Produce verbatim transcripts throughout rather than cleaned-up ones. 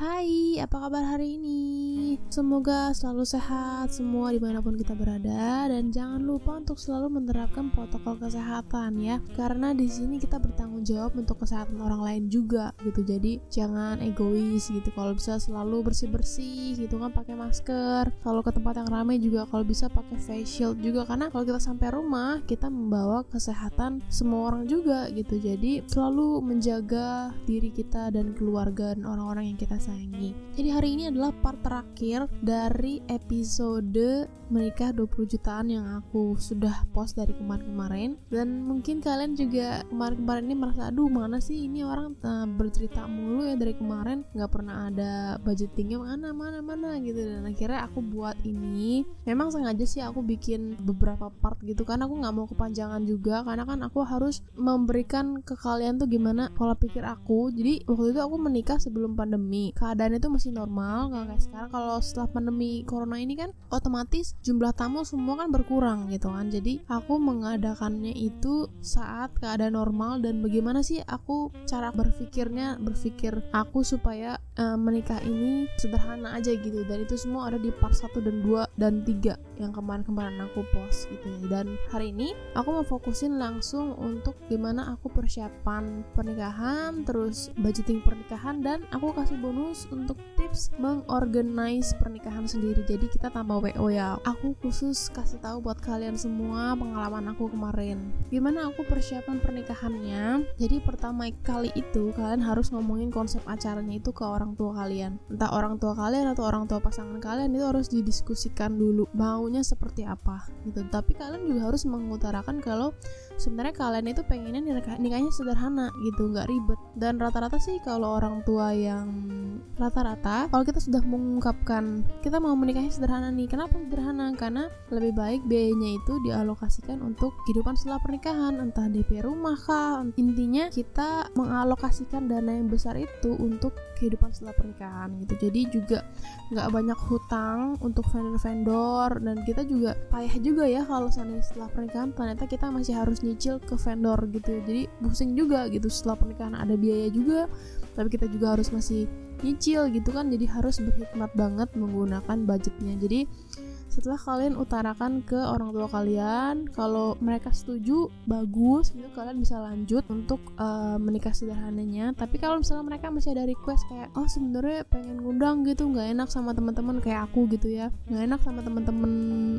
Hai, apa kabar hari ini? Semoga selalu sehat semua dimanapun kita berada, dan jangan lupa untuk selalu menerapkan protokol kesehatan ya, karena di sini kita bertanggung jawab untuk kesehatan orang lain juga gitu. Jadi jangan egois gitu. Kalau bisa selalu bersih-bersih gitu kan, pakai masker. Kalau ke tempat yang ramai juga kalau bisa pakai face shield juga, karena kalau kita sampai rumah kita membawa kesehatan semua orang juga gitu. Jadi selalu menjaga diri kita dan keluarga dan orang-orang yang kita sayangi. Jadi hari ini adalah part terakhir dari episode menikah dua puluh jutaan yang aku sudah post dari kemarin-kemarin. Dan mungkin kalian juga kemarin-kemarin ini merasa, aduh mana sih ini orang uh, bercerita mulu ya dari kemarin, gak pernah ada budgetingnya mana mana mana gitu. Dan akhirnya aku buat ini. Memang sengaja sih aku bikin beberapa part gitu, karena aku gak mau kepanjangan juga, karena kan aku harus memberikan ke kalian tuh gimana pola pikir aku. Jadi waktu itu aku menikah sebelum pandemi, keadaan itu masih normal, nggak kayak sekarang. Kalau setelah pandemi corona ini kan otomatis jumlah tamu semua kan berkurang gitu kan. Jadi aku mengadakannya itu saat keadaan normal. Dan bagaimana sih aku cara berpikirnya, berpikir aku supaya uh, menikah ini sederhana aja gitu. Dan itu semua ada di part satu dan dua dan tiga yang kemarin-kemarin aku post gitu ya. Dan hari ini aku mau fokusin langsung untuk gimana aku persiapan pernikahan, terus budgeting pernikahan, dan aku kasih bonus untuk tips mengorganize pernikahan sendiri. Jadi kita tambah W O ya. Aku khusus kasih tahu buat kalian semua pengalaman aku kemarin, gimana aku persiapan pernikahannya. Jadi pertama kali itu kalian harus ngomongin konsep acaranya itu ke orang tua kalian. Entah orang tua kalian atau orang tua pasangan kalian, itu harus didiskusikan dulu maunya seperti apa gitu. Tapi kalian juga harus mengutarakan kalau sebenarnya kalian itu pengennya nikah, nikahnya sederhana gitu, nggak ribet. Dan rata-rata sih kalau orang tua yang rata-rata kalau kita sudah mengungkapkan kita mau menikahnya sederhana nih, kenapa sederhana? Karena lebih baik biayanya itu dialokasikan untuk kehidupan setelah pernikahan, entah D P rumah kah. Intinya kita mengalokasikan dana yang besar itu untuk kehidupan setelah pernikahan gitu. Jadi juga nggak banyak hutang untuk vendor-vendor, dan kita juga payah juga ya kalau setelah pernikahan ternyata kita masih harus nyicil ke vendor gitu. Jadi pusing juga gitu, setelah pernikahan ada biaya juga tapi kita juga harus masih nyicil gitu kan. Jadi harus berhikmat banget menggunakan budgetnya. Jadi setelah kalian utarakan ke orang tua kalian, kalau mereka setuju, bagus gitu, kalian bisa lanjut untuk uh, menikah sederhananya. Tapi kalau misalnya mereka masih ada request kayak, oh sebenarnya pengen ngundang gitu, nggak enak sama teman-teman kayak aku gitu ya, nggak enak sama teman-teman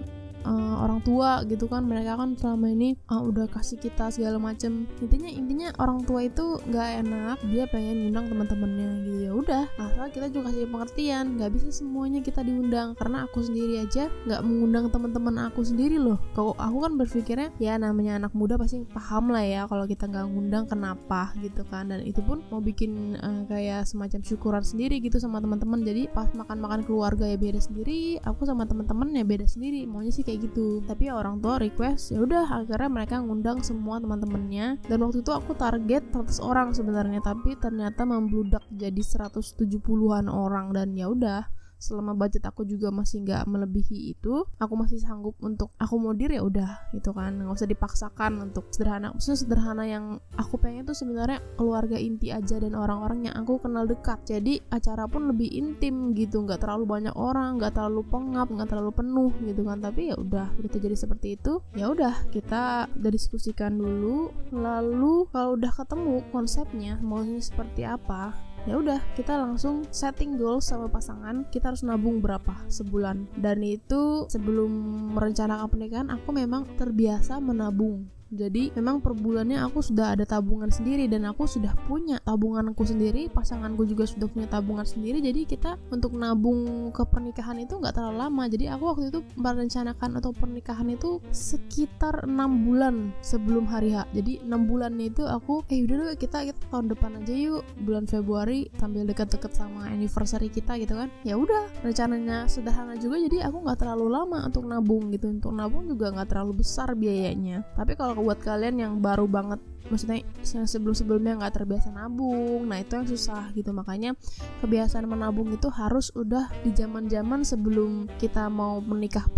Uh, orang tua gitu kan, mereka kan selama ini uh, udah kasih kita segala macem. Intinya intinya orang tua itu nggak enak, dia pengen ngundang teman-temannya gitu. Ya udah, asal kita juga kasih pengertian, nggak bisa semuanya kita diundang, karena aku sendiri aja nggak mengundang teman-teman aku sendiri loh. Kalau aku kan berpikirnya ya namanya anak muda pasti paham lah ya kalau kita nggak ngundang kenapa gitu kan. Dan itu pun mau bikin uh, kayak semacam syukuran sendiri gitu sama teman-teman. Jadi pas makan-makan keluarga ya beda sendiri, aku sama teman-teman ya beda sendiri, maunya sih kayak gitu. Tapi ya orang tua request, ya udah akhirnya mereka ngundang semua teman-temannya. Dan waktu itu aku target seratus orang sebenarnya, tapi ternyata membludak jadi seratus tujuh puluhan orang. Dan ya udah, selama budget aku juga masih nggak melebihi itu, aku masih sanggup untuk akomodir, ya udah gitu kan, nggak usah dipaksakan untuk sederhana. Maksudnya sederhana yang aku pengen tuh sebenarnya keluarga inti aja dan orang-orang yang aku kenal dekat. Jadi acara pun lebih intim gitu, nggak terlalu banyak orang, nggak terlalu pengap, nggak terlalu penuh gitu kan. Tapi ya udah gitu, jadi seperti itu. Ya udah, kita udah diskusikan dulu. Lalu kalau udah ketemu konsepnya maunya seperti apa, ya udah kita langsung setting goals sama pasangan, kita harus nabung berapa sebulan. Dan itu sebelum merencanakan pernikahan aku memang terbiasa menabung. Jadi memang per bulannya aku sudah ada tabungan sendiri, dan aku sudah punya tabunganku sendiri, pasanganku juga sudah punya tabungan sendiri. Jadi kita untuk nabung ke pernikahan itu nggak terlalu lama. Jadi aku waktu itu merencanakan atau pernikahan itu sekitar enam bulan sebelum hari H. Jadi enam bulannya itu aku, eh udah deh kita, kita tahun depan aja yuk, bulan Februari, sambil deket-deket sama anniversary kita gitu kan. Ya udah, rencananya sederhana juga, jadi aku nggak terlalu lama untuk nabung gitu. Untuk nabung juga nggak terlalu besar biayanya. Tapi kalau buat kalian yang baru banget, maksudnya yang sebelum-sebelumnya nggak terbiasa nabung, nah itu yang susah gitu. Makanya kebiasaan menabung itu harus udah di zaman-zaman sebelum kita mau menikah pun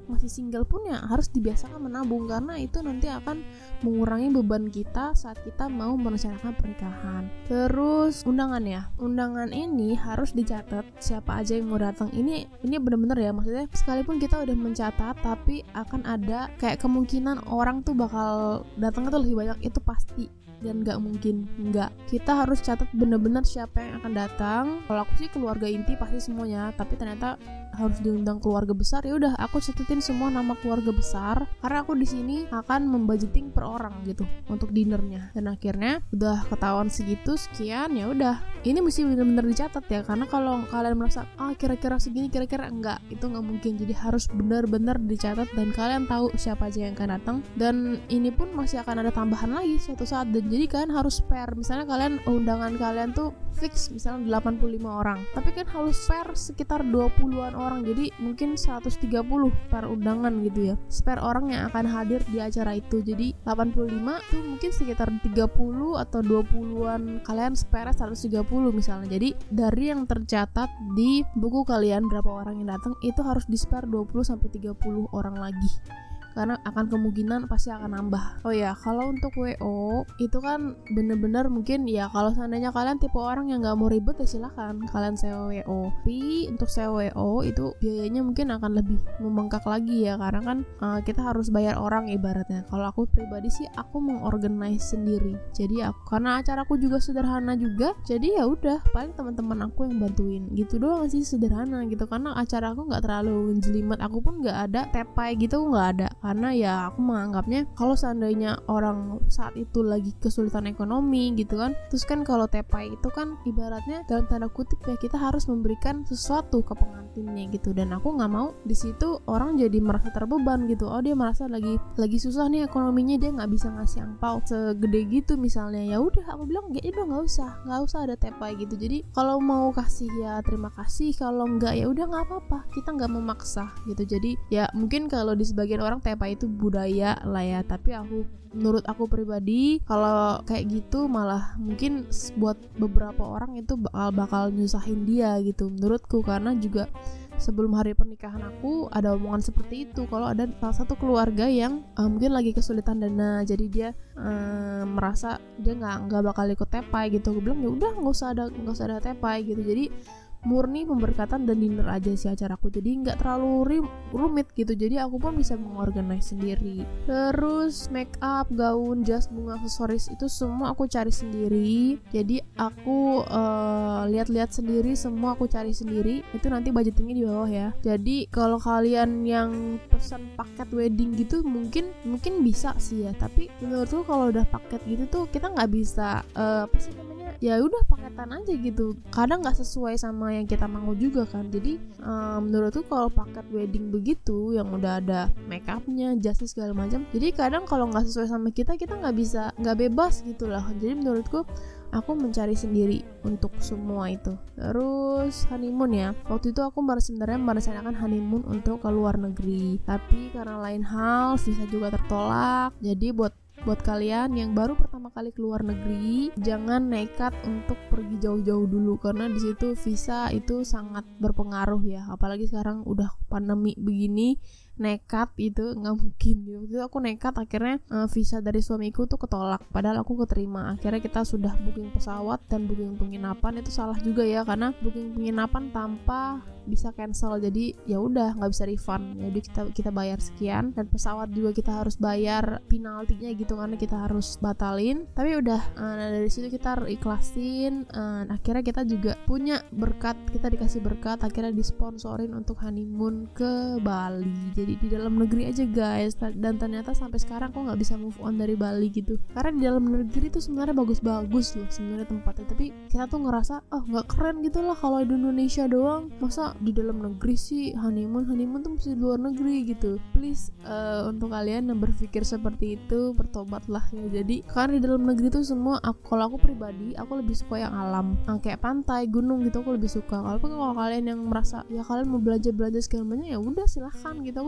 masih single pun ya harus dibiasakan menabung, karena itu nanti akan mengurangi beban kita saat kita mau merencanakan pernikahan. Terus undangan ya, undangan ini harus dicatat siapa aja yang mau datang. Ini ini benar-benar ya, maksudnya sekalipun kita udah mencatat tapi akan ada kayak kemungkinan orang tuh bakal datangnya tuh lebih banyak, itu pasti dan nggak mungkin nggak. Kita harus catat bener-bener siapa yang akan datang. Kalau aku sih keluarga inti pasti semuanya, tapi ternyata harus diundang keluarga besar, ya udah aku catetin semua nama keluarga besar karena aku di sini akan membudgeting per orang gitu untuk dinernya. Dan akhirnya udah ketahuan segitu sekian, ya udah ini mesti bener-bener dicatat ya, karena kalau kalian merasa ah kira-kira segini kira-kira enggak, itu nggak mungkin. Jadi harus bener-bener dicatat dan kalian tahu siapa aja yang akan datang. Dan ini pun masih akan ada tambahan lagi suatu saat, dan jadi kalian harus spare. Misalnya kalian undangan kalian tuh fix misalnya delapan puluh lima orang, tapi kan harus spare sekitar dua puluhan orang, jadi mungkin seratus tiga puluh per undangan gitu ya, spare orang yang akan hadir di acara itu. Jadi delapan puluh lima tuh mungkin sekitar tiga puluh atau dua puluhan kalian spare seratus tiga puluh misalnya. Jadi dari yang tercatat di buku kalian berapa orang yang datang itu harus di spare dua puluh sampai tiga puluh orang lagi, karena akan kemungkinan pasti akan nambah. Oh ya, kalau untuk W O itu kan bener-bener mungkin ya, kalau seandainya kalian tipe orang yang nggak mau ribet ya silakan kalian sewa W O. Tapi untuk sewa W O itu biayanya mungkin akan lebih membengkak lagi ya, karena kan uh, kita harus bayar orang ibaratnya. Kalau aku pribadi sih aku mengorganize sendiri. Jadi aku, karena acaraku juga sederhana juga, jadi ya udah paling teman-teman aku yang bantuin gitu doang sih, sederhana gitu. Karena acara aku nggak terlalu menjelimet, aku pun nggak ada tepai gitu, nggak ada. Karena ya aku menganggapnya kalau seandainya orang saat itu lagi kesulitan ekonomi gitu kan, terus kan kalau tepai itu kan ibaratnya dalam tanda kutip ya kita harus memberikan sesuatu ke pengantinnya gitu, dan aku nggak mau di situ orang jadi merasa terbeban gitu. Oh dia merasa lagi lagi susah nih ekonominya, dia nggak bisa ngasih angpau segede gitu misalnya. Ya udah aku bilang ya udah nggak usah nggak usah ada tepai gitu. Jadi kalau mau kasih ya terima kasih, kalau nggak ya udah nggak apa-apa, kita nggak memaksa gitu. Jadi ya mungkin kalau di sebagian orang tepai itu budaya lah ya, tapi aku menurut aku pribadi kalau kayak gitu malah mungkin buat beberapa orang itu bakal bakal nyusahin dia gitu menurutku. Karena juga sebelum hari pernikahan aku ada omongan seperti itu, kalau ada salah satu keluarga yang uh, mungkin lagi kesulitan dana, jadi dia uh, merasa dia nggak nggak bakal ikut tepai gitu. Aku bilang ya udah nggak usah ada nggak usah ada tepai gitu. Jadi murni pemberkatan dan dinner aja sih acaraku, jadi nggak terlalu rumit gitu. Jadi aku pun bisa mengorganize sendiri. Terus make up, gaun, jas, bunga, aksesoris itu semua aku cari sendiri. Jadi aku uh, lihat-lihat sendiri, semua aku cari sendiri. Itu nanti budgetingnya di bawah ya. Jadi kalau kalian yang pesan paket wedding gitu mungkin mungkin bisa sih ya, tapi menurutku kalau udah paket gitu tuh kita nggak bisa uh, apa sih namanya, ya udah paketan aja gitu, kadang nggak sesuai sama yang kita mau juga kan. Jadi um, menurutku kalau paket wedding begitu yang udah ada make upnya, jasnya segala macam, jadi kadang kalau nggak sesuai sama kita kita nggak bisa nggak bebas gitu lah. Jadi menurutku aku mencari sendiri untuk semua itu. Terus honeymoon ya, waktu itu aku sebenarnya merencanakan honeymoon untuk ke luar negeri, tapi karena lain hal visa juga tertolak. Jadi buat buat kalian yang baru pertama kali keluar negeri, jangan nekat untuk pergi jauh-jauh dulu, karena di situ visa itu sangat berpengaruh ya. Apalagi sekarang udah pandemi begini, nekat itu nggak mungkin gitu. Waktu itu aku nekat, akhirnya uh, visa dari suamiku tuh ketolak, padahal aku keterima. Akhirnya kita sudah booking pesawat dan booking penginapan, itu salah juga ya, karena booking penginapan tanpa bisa cancel, jadi ya udah nggak bisa refund. Jadi kita kita bayar sekian, dan pesawat juga kita harus bayar penaltinya gitu karena kita harus batalin. Tapi udah uh, nah dari situ kita ikhlasin. Uh, akhirnya kita juga punya berkat, kita dikasih berkat, akhirnya disponsorin untuk honeymoon ke Bali. Jadi di dalam negeri aja guys, dan ternyata sampai sekarang kok nggak bisa move on dari Bali gitu, karena di dalam negeri tuh sebenarnya bagus-bagus loh sebenarnya tempatnya, tapi kita tuh ngerasa oh nggak keren gitu lah kalau di Indonesia doang, masa di dalam negeri sih honeymoon honeymoon tuh mesti di luar negeri gitu. Please uh, untuk kalian yang berpikir seperti itu bertobatlah ya. Jadi karena di dalam negeri tuh semua aku, kalau aku pribadi aku lebih suka yang alam, yang kayak pantai, gunung gitu aku lebih suka. Walaupun kalau kalian yang merasa ya kalian mau belanja belanja segala macam, ya udah silahkan gitu, aku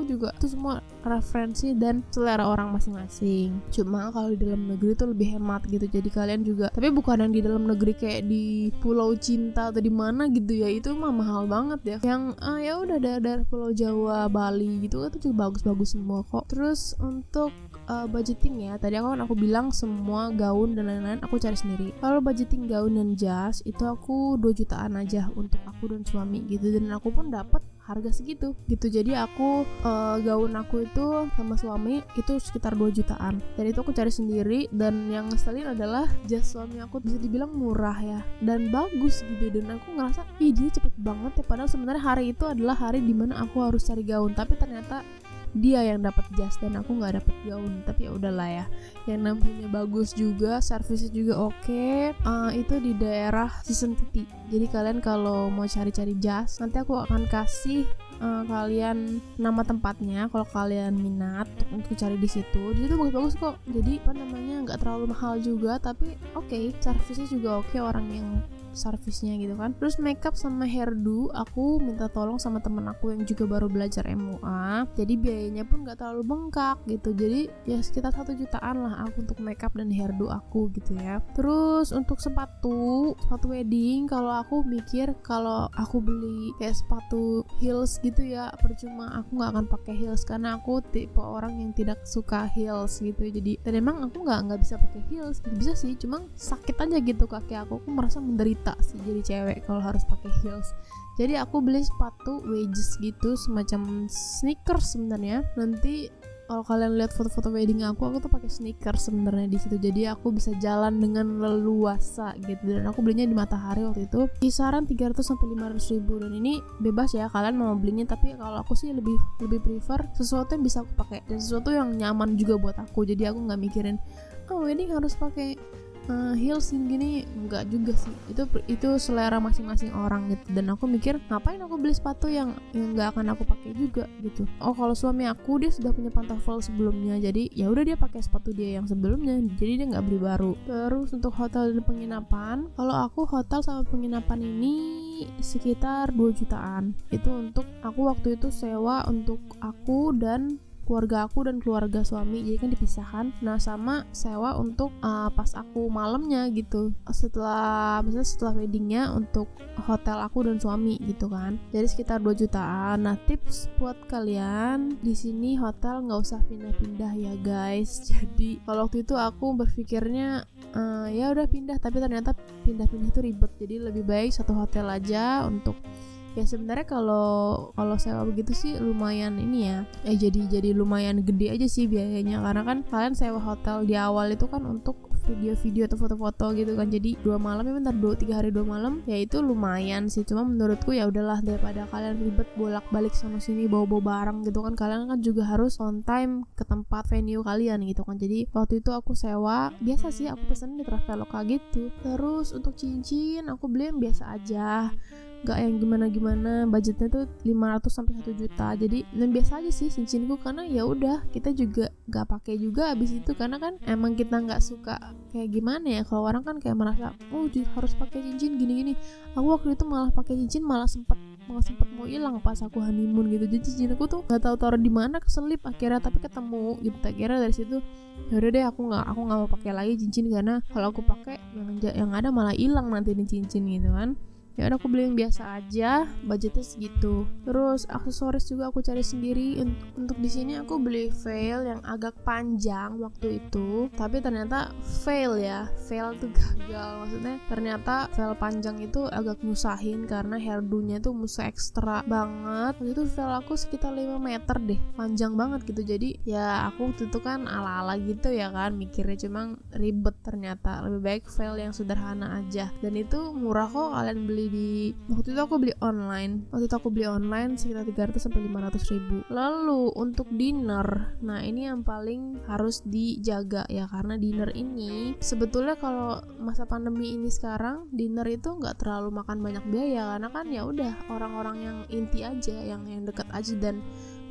aku juga itu semua referensi dan selera orang masing-masing. Cuma kalau di dalam negeri itu lebih hemat gitu, jadi kalian juga, tapi bukan yang di dalam negeri kayak di Pulau Cinta atau di mana gitu ya, itu mah mahal banget ya. Yang ah, ya udah daerah Pulau Jawa, Bali gitu itu juga bagus-bagus semua kok. Terus untuk uh, budgeting ya, tadi aku kan aku bilang semua gaun dan lain-lain aku cari sendiri. Kalau budgeting gaun dan jas itu aku dua jutaan aja untuk aku dan suami gitu, dan aku pun dapat harga segitu gitu. Jadi aku uh, gaun aku itu sama suami itu sekitar dua jutaan, dan itu aku cari sendiri. Dan yang ngeselin adalah jas suami aku bisa dibilang murah ya dan bagus gitu, dan aku ngerasa ih dia cepet banget ya, padahal sebenarnya hari itu adalah hari dimana aku harus cari gaun, tapi ternyata dia yang dapat jas dan aku nggak dapet gaun. Tapi ya udahlah ya, yang namanya bagus juga, servisnya juga oke. Okay. Uh, itu di daerah Season Titi. Jadi kalian kalau mau cari-cari jas, nanti aku akan kasih uh, kalian nama tempatnya kalau kalian minat untuk cari di situ. Di situ bagus-bagus kok. Jadi apa namanya, nggak terlalu mahal juga, tapi oke, okay, servisnya juga oke, okay, orang yang servisnya gitu kan. Terus makeup sama hairdo aku minta tolong sama temen aku yang juga baru belajar M U A, jadi biayanya pun gak terlalu bengkak gitu. Jadi ya sekitar satu jutaan lah aku untuk makeup dan hairdo aku gitu ya. Terus untuk sepatu sepatu wedding, kalau aku mikir kalau aku beli kayak sepatu heels gitu ya percuma, aku gak akan pakai heels karena aku tipe orang yang tidak suka heels gitu. Jadi dan emang aku gak nggak bisa pakai heels, bisa sih, cuma sakit aja gitu kaki aku. Aku merasa menderita sih jadi cewek kalau harus pakai heels. Jadi aku beli sepatu wedges gitu, semacam sneakers sebenarnya. Nanti kalau kalian lihat foto-foto wedding aku, aku tuh pakai sneakers sebenarnya di situ. Jadi aku bisa jalan dengan leluasa gitu. Dan aku belinya di Matahari waktu itu kisaran tiga ratus sampai lima ratus ribu. Dan ini bebas ya kalian mau belinya, tapi kalau aku sih lebih lebih prefer sesuatu yang bisa aku pakai dan sesuatu yang nyaman juga buat aku. Jadi aku nggak mikirin oh wedding harus pakai Uh, heels gini, enggak juga sih, itu itu selera masing-masing orang gitu. Dan aku mikir ngapain aku beli sepatu yang yang nggak akan aku pakai juga gitu. Oh kalau suami aku dia sudah punya pantofel sebelumnya, jadi ya udah dia pakai sepatu dia yang sebelumnya, jadi dia nggak beli baru. Terus untuk hotel dan penginapan, kalau aku hotel sama penginapan ini sekitar dua jutaan. Itu untuk aku waktu itu sewa untuk aku dan keluarga aku dan keluarga suami, jadi kan dipisahkan. Nah sama sewa untuk uh, pas aku malamnya gitu, setelah misalnya setelah weddingnya untuk hotel aku dan suami gitu kan, jadi sekitar dua jutaan. Nah tips buat kalian di sini, hotel nggak usah pindah-pindah ya guys. Jadi kalau waktu itu aku berpikirnya uh, ya udah pindah, tapi ternyata pindah-pindah itu ribet. Jadi lebih baik satu hotel aja untuk ya sebenarnya kalau kalau sewa begitu sih lumayan ini ya, eh jadi jadi lumayan gede aja sih biayanya, karena kan kalian sewa hotel di awal itu kan untuk video-video atau foto-foto gitu kan. Jadi dua malam ya bentar dua tiga hari dua malam ya itu lumayan sih. Cuma menurutku ya udahlah, daripada kalian ribet bolak-balik sana sini bawa-bawa barang gitu kan, kalian kan juga harus on time ke tempat venue kalian gitu kan. Jadi waktu itu aku sewa biasa sih, aku pesen di Traveloka gitu. Terus untuk cincin aku beli yang biasa aja, gak yang gimana-gimana, budgetnya tuh lima ratus sampai satu juta. Jadi yang biasa aja sih cincinku, karena ya udah kita juga gak pakai juga abis itu, karena kan emang kita gak suka kayak gimana ya, kalau orang kan kayak merasa oh harus pakai cincin gini-gini. Aku waktu itu malah pakai cincin malah sempet malah sempet mau hilang pas aku honeymoon gitu. Jadi cincinku tuh gak tahu taruh di mana, keselip akhirnya, tapi ketemu gitu. Akhirnya dari situ yaudah deh aku nggak aku nggak mau pakai lagi cincin, karena kalau aku pakai yang yang ada malah hilang nanti nih cincin gitu kan. Ya udah aku beli yang biasa aja, budgetnya segitu. Terus aksesoris juga aku cari sendiri. Untuk di sini aku beli veil yang agak panjang waktu itu, tapi ternyata fail ya, fail tuh gagal. Maksudnya ternyata veil panjang itu agak nyusahin karena hairdo-nya tuh mesti ekstra banget. Waktu itu veil aku sekitar lima meter deh, panjang banget gitu. Jadi ya aku waktu itu kan ala-ala gitu ya kan, mikirnya cuma ribet, ternyata lebih baik veil yang sederhana aja. Dan itu murah kok, kalian beli di waktu itu aku beli online waktu itu aku beli online sekitar tiga ratus sampai lima ratus ribu. Lalu untuk dinner, nah ini yang paling harus dijaga ya, karena dinner ini sebetulnya kalau masa pandemi ini sekarang dinner itu nggak terlalu makan banyak biaya, karena kan ya udah orang-orang yang inti aja, yang yang dekat aja. Dan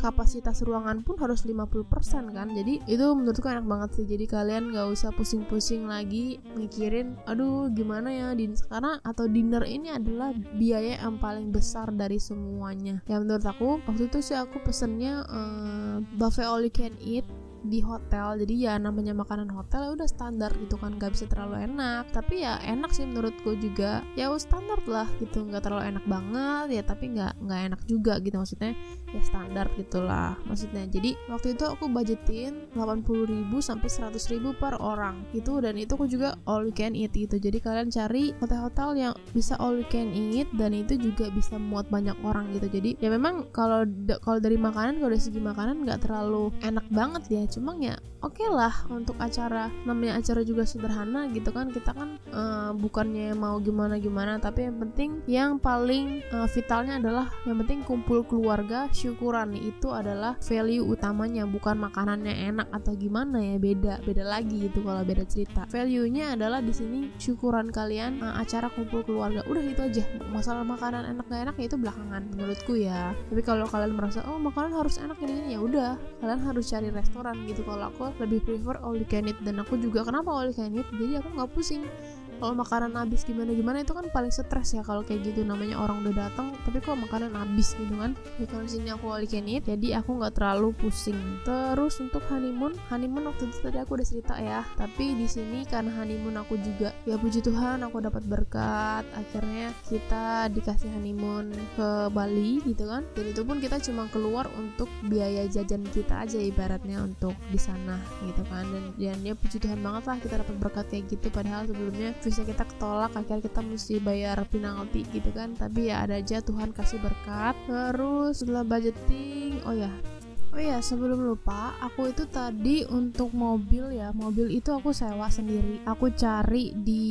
kapasitas ruangan pun harus lima puluh persen kan. Jadi itu menurutku enak banget sih. Jadi kalian gak usah pusing-pusing lagi mikirin aduh gimana ya din karena atau dinner ini adalah biaya yang paling besar dari semuanya. Ya menurut aku waktu itu sih aku pesennya uh, buffet all you can eat di hotel. Jadi ya namanya makanan hotel ya udah standar gitu kan, gak bisa terlalu enak tapi ya enak sih menurutku juga, ya standar lah gitu, nggak terlalu enak banget ya tapi nggak nggak enak juga gitu, maksudnya ya standar gitulah maksudnya. Jadi waktu itu aku budgetin delapan puluh ribu sampai seratus ribu per orang gitu, dan itu aku juga all you can eat gitu. Jadi kalian cari hotel-hotel yang bisa all you can eat dan itu juga bisa muat banyak orang gitu. Jadi ya memang kalau kalau dari makanan, kalau dari segi makanan nggak terlalu enak banget ya, cuma ya oke okay lah untuk acara, namanya acara juga sederhana gitu kan, kita kan uh, bukannya mau gimana-gimana tapi yang penting yang paling uh, vitalnya adalah yang penting kumpul keluarga, syukuran nih, itu adalah value utamanya, bukan makanannya enak atau gimana ya, beda beda lagi gitu kalau beda cerita. Value-nya adalah di sini syukuran kalian, uh, acara kumpul keluarga, udah itu aja. Masalah makanan enak gak enak ya itu belakangan menurutku ya. Tapi kalau kalian merasa oh makanan harus enak ini ya udah kalian harus cari restoran gitu. Kalau aku lebih prefer all you can eat, dan aku juga kenapa all you can eat, jadi aku nggak pusing kalau makanan habis gimana-gimana, itu kan paling stres ya kalau kayak gitu, namanya orang udah datang tapi kok makanan habis gitu kan. Jadi kalau di sini aku all you can eat, jadi aku nggak terlalu pusing. Terus untuk honeymoon, honeymoon waktu itu tadi aku udah cerita ya, tapi di sini karena honeymoon aku juga ya puji Tuhan aku dapat berkat, akhirnya kita dikasih honeymoon ke Bali gitu kan, dan itu pun kita cuma keluar untuk biaya jajan kita aja ibaratnya untuk di sana gitu kan, dan dan ya puji Tuhan banget lah kita dapat berkat kayak gitu, padahal sebelumnya bisa kita ketolak, akhirnya kita mesti bayar penalti gitu kan, tapi ya ada aja Tuhan kasih berkat. Terus setelah budgeting, oh ya Oh ya sebelum lupa, aku itu tadi untuk mobil ya, mobil itu aku sewa sendiri, aku cari di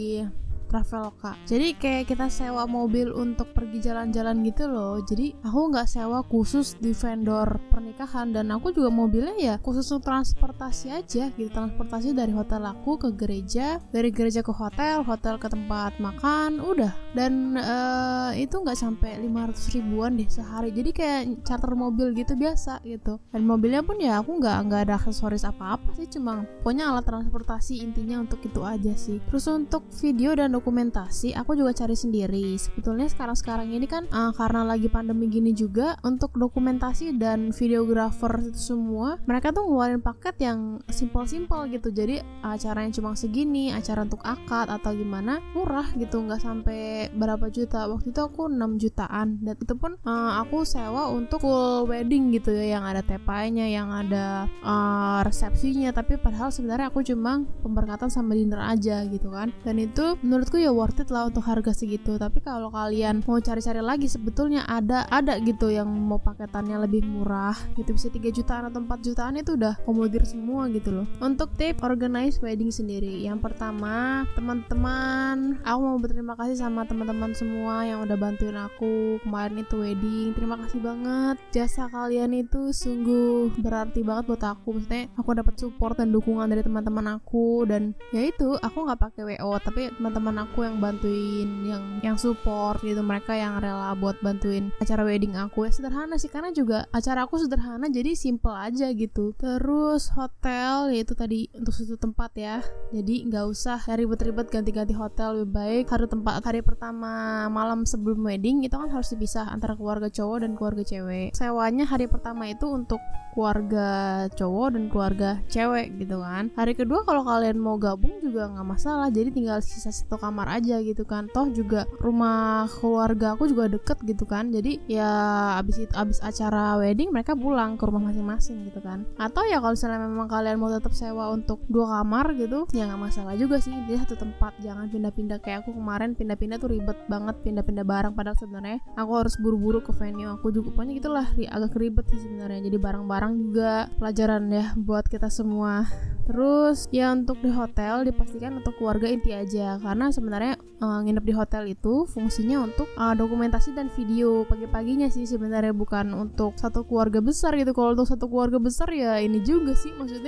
Traveloka. Jadi kayak kita sewa mobil untuk pergi jalan-jalan gitu loh. Jadi aku nggak sewa khusus di vendor pernikahan, dan aku juga mobilnya ya khusus untuk transportasi aja gitu, transportasi dari hotel aku ke gereja, dari gereja ke hotel, hotel ke tempat makan, udah. Dan uh, itu nggak sampai lima ratus ribuan deh sehari. Jadi kayak charter mobil gitu biasa gitu. Dan mobilnya pun ya aku nggak nggak ada aksesoris apa-apa sih, cuma pokoknya alat transportasi intinya untuk itu aja sih. Terus untuk video dan dokumentasi aku juga cari sendiri. Sebetulnya sekarang-sekarang ini kan uh, karena lagi pandemi gini juga, untuk dokumentasi dan videografer itu semua mereka tuh ngeluarin paket yang simpel-simpel gitu. Jadi acaranya cuma segini, acara untuk akad atau gimana, murah gitu, nggak sampai berapa juta. Waktu itu aku enam jutaan, dan itu pun uh, aku sewa untuk full wedding gitu ya, yang ada tepainya, yang ada uh, resepsinya, tapi padahal sebenarnya aku cuma pemberkatan sama dinner aja gitu kan. Dan itu menurut menurutku ya worth it lah untuk harga segitu. Tapi kalau kalian mau cari-cari lagi, sebetulnya ada ada gitu yang mau paketannya lebih murah gitu, bisa tiga jutaan atau empat jutaan, itu udah komodir semua gitu loh. Untuk tip organize wedding sendiri, yang pertama teman-teman, aku mau berterima kasih sama teman-teman semua yang udah bantuin aku kemarin itu wedding. Terima kasih banget, jasa kalian itu sungguh berarti banget buat aku. Maksudnya aku dapat support dan dukungan dari teman-teman aku, dan ya itu aku nggak pakai W O tapi teman-teman aku yang bantuin, yang yang support gitu, mereka yang rela buat bantuin acara wedding aku. Ya sederhana sih, karena juga acara aku sederhana jadi simple aja gitu. Terus hotel, yaitu tadi untuk satu tempat ya, jadi nggak usah ribet-ribet ganti-ganti hotel, lebih baik hari tempat hari pertama malam sebelum wedding itu kan harus dipisah antara keluarga cowok dan keluarga cewek. Sewanya hari pertama itu untuk keluarga cowok dan keluarga cewek gitu kan. Hari kedua kalau kalian mau gabung juga nggak masalah, jadi tinggal sisa satu kamar aja gitu kan. Toh juga rumah keluarga aku juga deket gitu kan, jadi ya abis itu abis acara wedding mereka pulang ke rumah masing-masing gitu kan. Atau ya kalau misalnya memang kalian mau tetap sewa untuk dua kamar gitu ya nggak masalah juga sih, dia satu tempat, jangan pindah-pindah kayak aku kemarin. Pindah-pindah tuh ribet banget, pindah-pindah barang, padahal sebenarnya aku harus buru-buru ke venue aku juga, pokoknya gitulah, agak ribet sih sebenarnya. Jadi barang-barang juga pelajaran ya buat kita semua. Terus ya untuk di hotel dipastikan untuk keluarga inti aja, karena sebenarnya uh, nginep di hotel itu fungsinya untuk uh, dokumentasi dan video pagi-paginya sih sebenarnya, bukan untuk satu keluarga besar gitu. Kalau untuk satu keluarga besar ya ini juga sih, maksudnya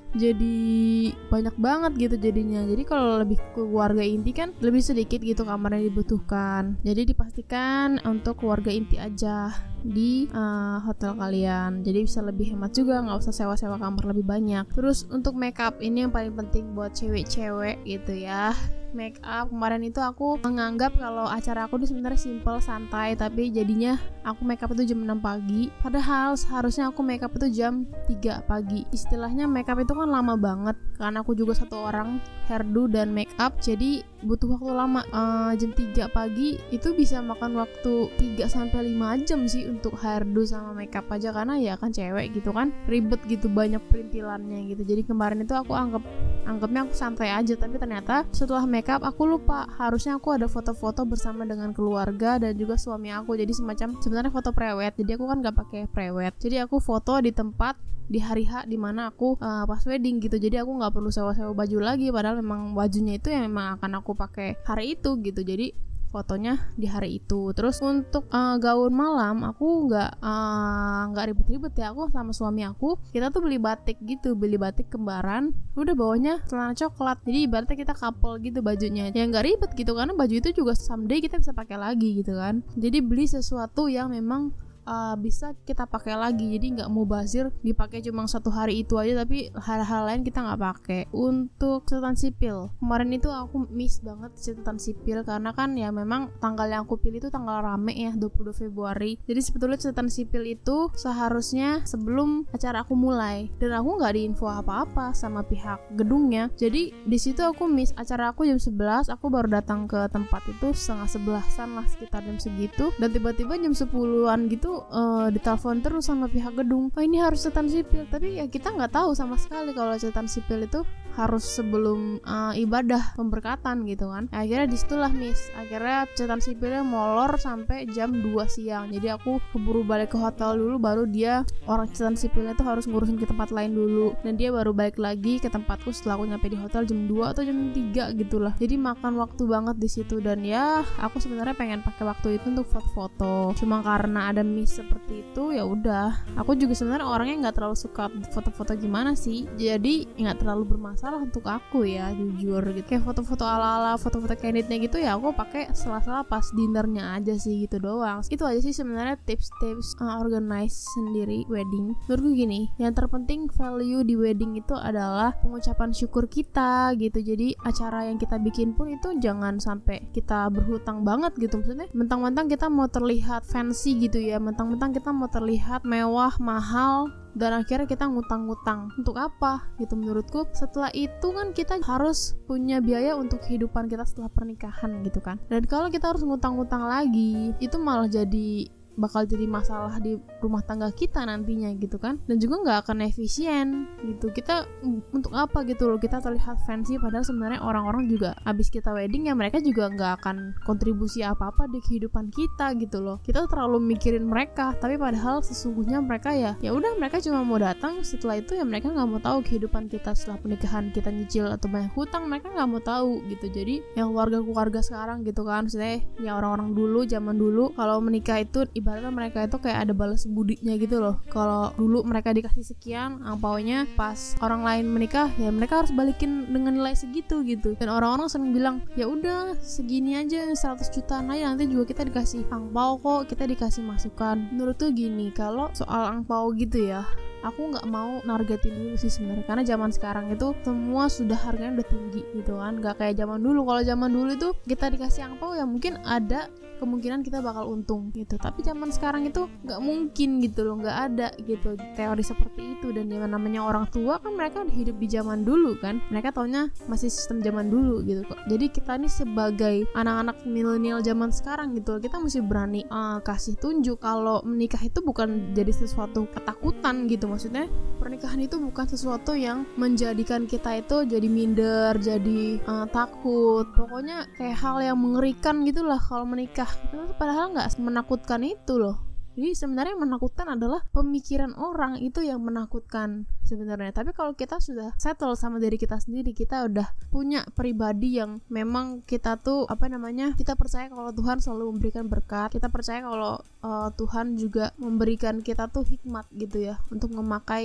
jadi banyak banget gitu jadinya. Jadi kalau lebih keluarga inti kan lebih sedikit gitu kamar yang dibutuhkan. Jadi dipastikan untuk keluarga inti aja di uh, hotel kalian. Jadi bisa lebih hemat juga, nggak usah sewa-sewa kamar lebih banyak. Terus untuk makeup ini yang paling penting buat cewek-cewek gitu ya. Make up kemarin itu aku menganggap kalau acara aku tuh sebenarnya simple santai, tapi jadinya aku make up itu jam enam pagi, padahal seharusnya aku make up itu jam tiga pagi. Istilahnya make up itu kan lama banget, karena aku juga satu orang hairdo dan make up, jadi butuh waktu lama. uh, jam tiga pagi itu bisa makan waktu tiga sampai lima jam sih untuk hairdo sama make up aja, karena ya kan cewek gitu kan, ribet gitu, banyak perintilannya gitu. Jadi kemarin itu aku anggap anggapnya aku santai aja, tapi ternyata setelah makeup aku lupa harusnya aku ada foto-foto bersama dengan keluarga dan juga suami aku. Jadi semacam sebenarnya foto prewed, jadi aku kan gak pakai prewed, jadi aku foto di tempat di hari H dimana aku uh, pas wedding gitu. Jadi aku nggak perlu sewa-sewa baju lagi, padahal memang bajunya itu yang memang akan aku pakai hari itu gitu. Jadi fotonya di hari itu. Terus untuk uh, gaun malam aku nggak nggak uh, ribet-ribet ya, aku sama suami aku kita tuh beli batik gitu, beli batik kembaran, udah bawahnya celana coklat, jadi ibaratnya kita couple gitu bajunya, ya nggak ribet gitu, karena baju itu juga someday kita bisa pakai lagi gitu kan. Jadi beli sesuatu yang memang Uh, bisa kita pakai lagi, jadi nggak mau bazir dipakai cuma satu hari itu aja tapi hal-hal lain kita nggak pakai. Untuk catatan sipil kemarin itu aku miss banget catatan sipil, karena kan ya memang tanggal yang aku pilih itu tanggal rame ya, dua puluh dua Februari. Jadi sebetulnya catatan sipil itu seharusnya sebelum acara aku mulai, dan aku nggak diinfo apa-apa sama pihak gedungnya. Jadi di situ aku miss acara aku jam sebelas, aku baru datang ke tempat itu setengah sebelasan lah, sekitar jam segitu, dan tiba-tiba jam sepuluhan gitu Uh, ditelepon terus sama pihak gedung, oh ini harus catatan sipil, tapi ya kita nggak tahu sama sekali kalau catatan sipil itu harus sebelum uh, ibadah pemberkatan gitu kan. Akhirnya disitulah miss, akhirnya catatan sipilnya molor sampai jam dua siang. Jadi aku keburu balik ke hotel dulu, baru dia orang catatan sipilnya tuh harus ngurusin ke tempat lain dulu, dan dia baru balik lagi ke tempatku setelah aku nyampe di hotel jam dua atau jam tiga gitulah. Jadi makan waktu banget di situ, dan ya aku sebenarnya pengen pakai waktu itu untuk foto-foto, cuma karena ada miss seperti itu ya udah. Aku juga sebenarnya orangnya nggak terlalu suka foto-foto gimana sih, jadi nggak terlalu bermasalah untuk aku ya, jujur gitu. Kayak foto-foto ala-ala foto-foto candidnya gitu ya aku pakai sela-sela pas dinernya aja sih, gitu doang. Itu aja sih sebenarnya tips-tips uh, organize sendiri wedding. Menurutku gini, yang terpenting value di wedding itu adalah pengucapan syukur kita gitu. Jadi acara yang kita bikin pun itu jangan sampai kita berhutang banget gitu, maksudnya mentang-mentang kita mau terlihat fancy gitu ya, mentang-mentang kita mau terlihat mewah, mahal, dan akhirnya kita ngutang-ngutang untuk apa gitu. Menurutku setelah itu kan kita harus punya biaya untuk kehidupan kita setelah pernikahan gitu kan, dan kalau kita harus ngutang-ngutang lagi itu malah jadi bakal jadi masalah di rumah tangga kita nantinya gitu kan, dan juga nggak akan efisien gitu. Kita untuk apa gitu loh kita terlihat fancy, padahal sebenarnya orang-orang juga abis kita wedding ya mereka juga nggak akan kontribusi apa-apa di kehidupan kita gitu loh. Kita terlalu mikirin mereka, tapi padahal sesungguhnya mereka ya ya udah mereka cuma mau datang, setelah itu ya mereka nggak mau tahu kehidupan kita setelah pernikahan, kita nyicil atau banyak hutang, mereka nggak mau tahu gitu. Jadi yang keluarga-keluarga sekarang gitu kan, maksudnya ya orang-orang dulu, zaman dulu kalau menikah itu ibaratnya mereka itu kayak ada balas budinya gitu loh. Kalau dulu mereka dikasih sekian angpaunya, pas orang lain menikah ya mereka harus balikin dengan nilai segitu gitu. Dan orang-orang sering bilang ya udah segini aja seratus jutaan aja, nanti juga kita dikasih angpau kok, kita dikasih masukan. Menurut tuh gini, kalau soal angpau gitu ya aku nggak mau nargetin dulu sih sebenarnya, karena zaman sekarang itu semua sudah harganya udah tinggi gitu kan, nggak kayak zaman dulu. Kalau zaman dulu itu kita dikasih angpau ya mungkin ada kemungkinan kita bakal untung gitu, tapi zaman sekarang itu nggak mungkin gitu loh, nggak ada gitu teori seperti itu. Dan yang namanya orang tua kan mereka hidup di zaman dulu kan, mereka taunya masih sistem zaman dulu gitu kok. Jadi kita nih sebagai anak-anak milenial zaman sekarang gitu, kita mesti berani uh, kasih tunjuk kalau menikah itu bukan jadi sesuatu ketakutan gitu. Maksudnya pernikahan itu bukan sesuatu yang menjadikan kita itu jadi minder, jadi uh, takut, pokoknya kayak hal yang mengerikan gitulah kalau menikah. Padahal nggak menakutkan itu loh. Jadi sebenarnya yang menakutkan adalah pemikiran orang, itu yang menakutkan sebenarnya. Tapi kalau kita sudah settle sama diri kita sendiri, kita udah punya pribadi yang memang kita tuh apa namanya, kita percaya kalau Tuhan selalu memberikan berkat, kita percaya kalau uh, Tuhan juga memberikan kita tuh hikmat gitu ya untuk memakai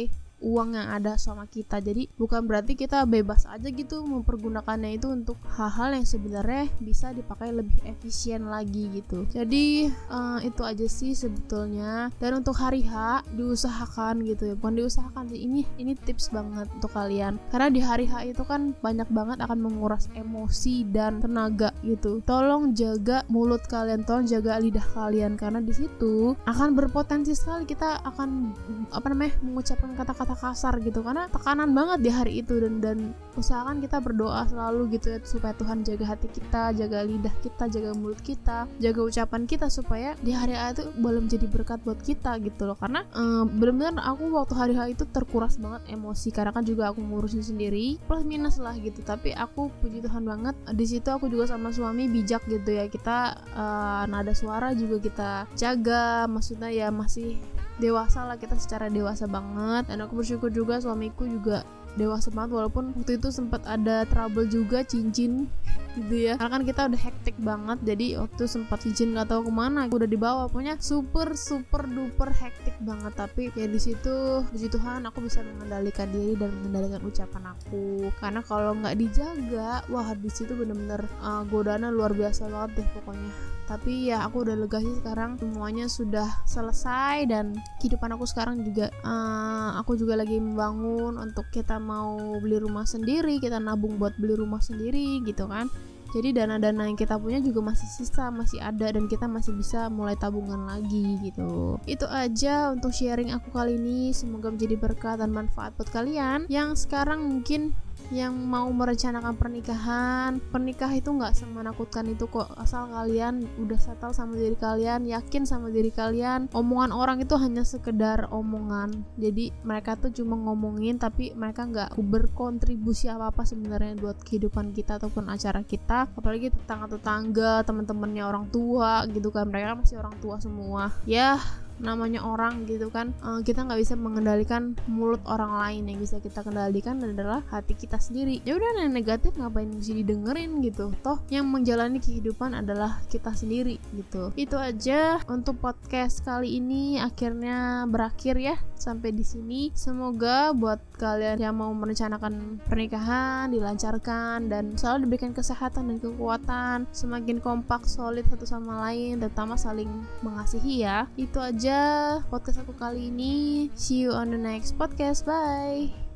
uang yang ada sama kita. Jadi bukan berarti kita bebas aja gitu mempergunakannya itu untuk hal-hal yang sebenarnya bisa dipakai lebih efisien lagi gitu. Jadi uh, itu aja sih sebetulnya. Dan untuk hari H diusahakan gitu ya, bukan diusahakan sih, ini ini tips banget untuk kalian, karena di hari H itu kan banyak banget akan menguras emosi dan tenaga gitu. Tolong jaga mulut kalian, tolong jaga lidah kalian, karena di situ akan berpotensi sekali kita akan apa namanya mengucapkan kata-kata kasar gitu, karena tekanan banget di hari itu. Dan dan usahakan kita berdoa selalu gitu ya, supaya Tuhan jaga hati kita, jaga lidah kita, jaga mulut kita, jaga ucapan kita, supaya di hari H itu boleh menjadi berkat buat kita gitu loh. Karena um, benar-benar aku waktu hari H itu terkuras banget emosi, karena kan juga aku ngurusin sendiri plus minus lah gitu. Tapi aku puji Tuhan banget di situ aku juga sama suami bijak gitu ya, kita uh, nada suara juga kita jaga, maksudnya ya masih dewasa lah, kita secara dewasa banget. Dan aku bersyukur juga suamiku juga dewasa banget, walaupun waktu itu sempat ada trouble juga cincin gitu ya, karena kan kita udah hektik banget. Jadi waktu sempat cincin nggak tahu kemana, aku udah dibawa, pokoknya super super duper hektik banget. Tapi ya di situ puji Tuhan aku bisa mengendalikan diri dan mengendalikan ucapan aku, karena kalau nggak dijaga, wah di situ bener-bener uh, godaannya luar biasa banget deh pokoknya. Tapi ya aku udah lega sih sekarang, semuanya sudah selesai. Dan kehidupan aku sekarang juga uh, aku juga lagi membangun untuk kita mau beli rumah sendiri, kita nabung buat beli rumah sendiri gitu kan. Jadi dana-dana yang kita punya juga masih sisa, masih ada, dan kita masih bisa mulai tabungan lagi gitu. Itu aja untuk sharing aku kali ini, semoga menjadi berkat dan manfaat buat kalian yang sekarang mungkin yang mau merencanakan pernikahan. Pernikah itu gak semenakutkan itu kok, asal kalian udah settle sama diri kalian, yakin sama diri kalian. Omongan orang itu hanya sekedar omongan, jadi mereka tuh cuma ngomongin, tapi mereka gak berkontribusi apa-apa sebenarnya buat kehidupan kita ataupun acara kita. Apalagi tetangga-tetangga, teman-temannya orang tua gitu kan, mereka masih orang tua semua ya, namanya orang gitu kan. uh, kita nggak bisa mengendalikan mulut orang lain, yang bisa kita kendalikan adalah hati kita sendiri. Ya udah, yang negatif ngapain mesti didengerin gitu, toh yang menjalani kehidupan adalah kita sendiri gitu. Itu aja untuk podcast kali ini, akhirnya berakhir ya sampai di sini. Semoga buat kalian yang mau merencanakan pernikahan dilancarkan dan selalu diberikan kesehatan dan kekuatan, semakin kompak solid satu sama lain, terutama saling mengasihi ya. Itu aja podcast aku kali ini. See you on the next podcast. Bye.